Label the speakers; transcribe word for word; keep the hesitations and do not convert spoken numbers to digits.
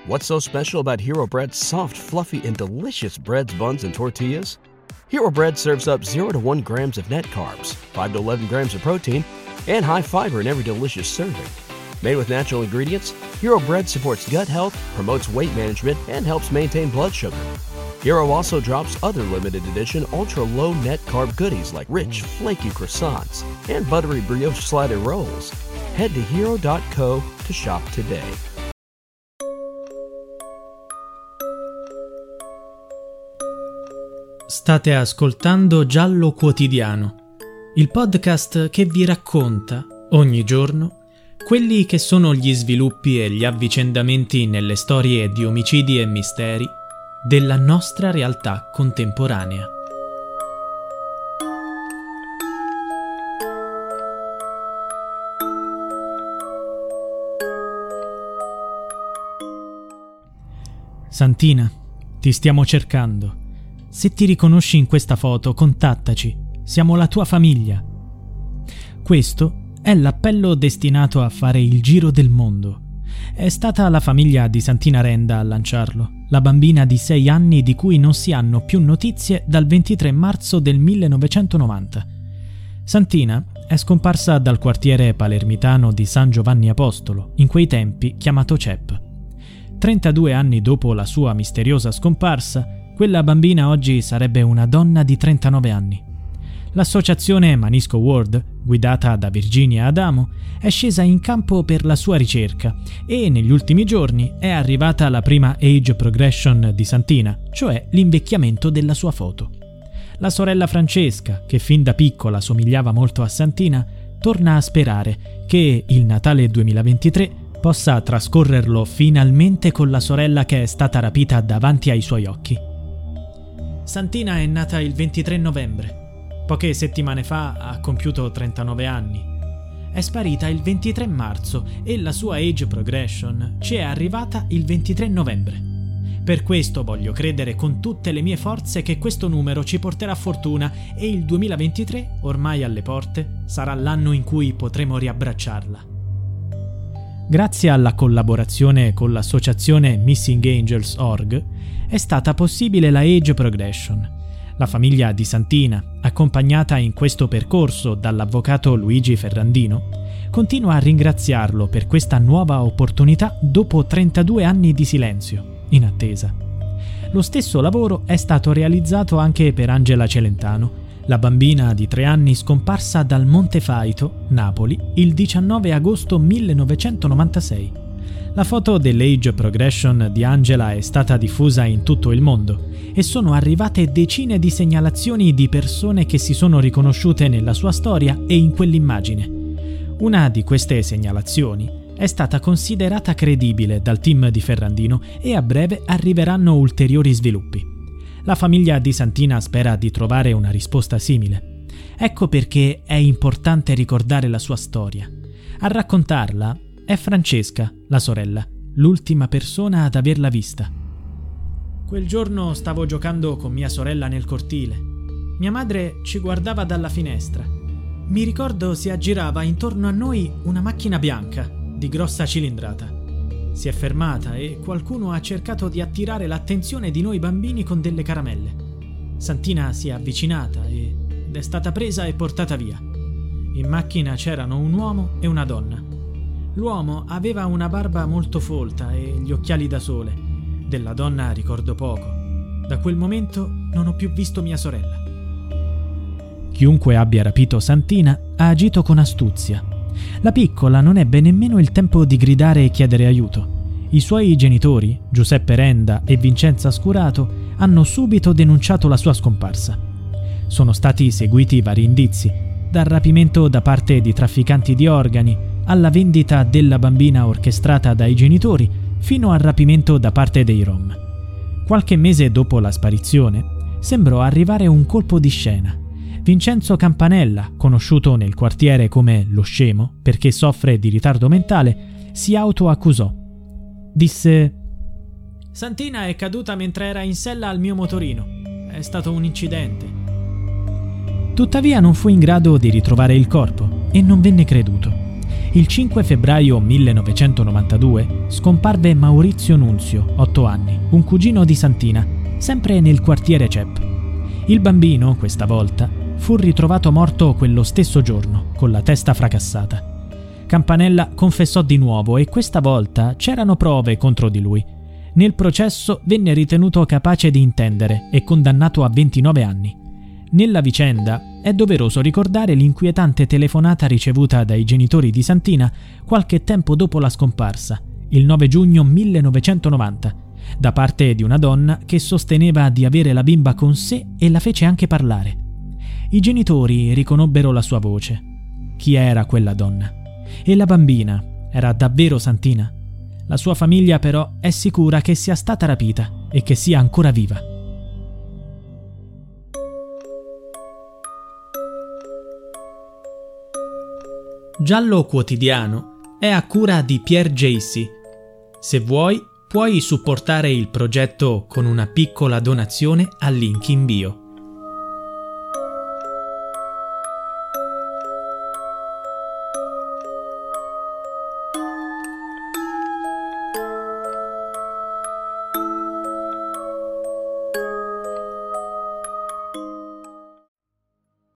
Speaker 1: What's so special about Hero Bread's soft, fluffy, and delicious breads, buns, and tortillas? Hero Bread serves up zero to one grams of net carbs, five to eleven grams of protein, and high fiber in every delicious serving. Made with natural ingredients, Hero Bread supports gut health, promotes weight management, and helps maintain blood sugar. Hero also drops other limited edition ultra-low net carb goodies like rich, flaky croissants and buttery brioche slider rolls. Head to hero dot co to shop today.
Speaker 2: State ascoltando Giallo Quotidiano, il podcast che vi racconta ogni giorno quelli che sono gli sviluppi e gli avvicendamenti nelle storie di omicidi e misteri della nostra realtà contemporanea. Santina, ti stiamo cercando. Se ti riconosci in questa foto, contattaci. Siamo la tua famiglia. Questo è l'appello destinato a fare il giro del mondo. È stata la famiglia di Santina Renda a lanciarlo, la bambina di sei anni di cui non si hanno più notizie dal ventitré marzo del millenovecentonovanta. Santina è scomparsa dal quartiere palermitano di San Giovanni Apostolo, in quei tempi chiamato C E P. trentadue anni dopo la sua misteriosa scomparsa, quella bambina oggi sarebbe una donna di trentanove anni. L'associazione Manisco World, guidata da Virginia Adamo, è scesa in campo per la sua ricerca e negli ultimi giorni è arrivata la prima age progression di Santina, cioè l'invecchiamento della sua foto. La sorella Francesca, che fin da piccola somigliava molto a Santina, torna a sperare che il Natale duemilaventitré possa trascorrerlo finalmente con la sorella che è stata rapita davanti ai suoi occhi. Santina è nata il ventitré novembre. Poche settimane fa ha compiuto trentanove anni. È sparita il ventitré marzo e la sua age progression ci è arrivata il ventitré novembre. Per questo voglio credere con tutte le mie forze che questo numero ci porterà fortuna e il duemilaventitré, ormai alle porte, sarà l'anno in cui potremo riabbracciarla. Grazie alla collaborazione con l'associazione Missing Angels punto org è stata possibile la age progression. La famiglia di Santina, accompagnata in questo percorso dall'avvocato Luigi Ferrandino, continua a ringraziarlo per questa nuova opportunità dopo trentadue anni di silenzio, in attesa. Lo stesso lavoro è stato realizzato anche per Angela Celentano, la bambina di tre anni scomparsa dal Montefaito, Napoli, il diciannove agosto millenovecentonovantasei. La foto dell'age progression di Angela è stata diffusa in tutto il mondo e sono arrivate decine di segnalazioni di persone che si sono riconosciute nella sua storia e in quell'immagine. Una di queste segnalazioni è stata considerata credibile dal team di Ferrandino e a breve arriveranno ulteriori sviluppi. La famiglia di Santina spera di trovare una risposta simile. Ecco perché è importante ricordare la sua storia. A raccontarla è Francesca, la sorella, l'ultima persona ad averla vista. Quel giorno stavo giocando con mia sorella nel cortile. Mia madre ci guardava dalla finestra. Mi ricordo si aggirava intorno a noi una macchina bianca, di grossa cilindrata. Si è fermata e qualcuno ha cercato di attirare l'attenzione di noi bambini con delle caramelle. Santina si è avvicinata ed è stata presa e portata via. In macchina c'erano un uomo e una donna. L'uomo aveva una barba molto folta e gli occhiali da sole. Della donna ricordo poco. Da quel momento non ho più visto mia sorella. Chiunque abbia rapito Santina ha agito con astuzia. La piccola non ebbe nemmeno il tempo di gridare e chiedere aiuto. I suoi genitori, Giuseppe Renda e Vincenza Scurato, hanno subito denunciato la sua scomparsa. Sono stati seguiti vari indizi, dal rapimento da parte di trafficanti di organi, alla vendita della bambina orchestrata dai genitori, fino al rapimento da parte dei Rom. Qualche mese dopo la sparizione, sembrò arrivare un colpo di scena. Vincenzo Campanella, conosciuto nel quartiere come lo scemo perché soffre di ritardo mentale, si autoaccusò. Disse: Santina è caduta mentre era in sella al mio motorino. È stato un incidente. Tuttavia non fu in grado di ritrovare il corpo e non venne creduto. Il cinque febbraio millenovecentonovantadue scomparve Maurizio Nunzio, otto anni, un cugino di Santina, sempre nel quartiere C E P. Il bambino, questa volta, fu ritrovato morto quello stesso giorno, con la testa fracassata. Campanella confessò di nuovo e questa volta c'erano prove contro di lui. Nel processo venne ritenuto capace di intendere e condannato a ventinove anni. Nella vicenda è doveroso ricordare l'inquietante telefonata ricevuta dai genitori di Santina qualche tempo dopo la scomparsa, il nove giugno millenovecentonovanta, da parte di una donna che sosteneva di avere la bimba con sé e la fece anche parlare. I genitori riconobbero la sua voce. Chi era quella donna? E la bambina era davvero Santina? La sua famiglia però è sicura che sia stata rapita e che sia ancora viva. Giallo Quotidiano è a cura di Pierre Jacy. Se vuoi, puoi supportare il progetto con una piccola donazione al link in bio.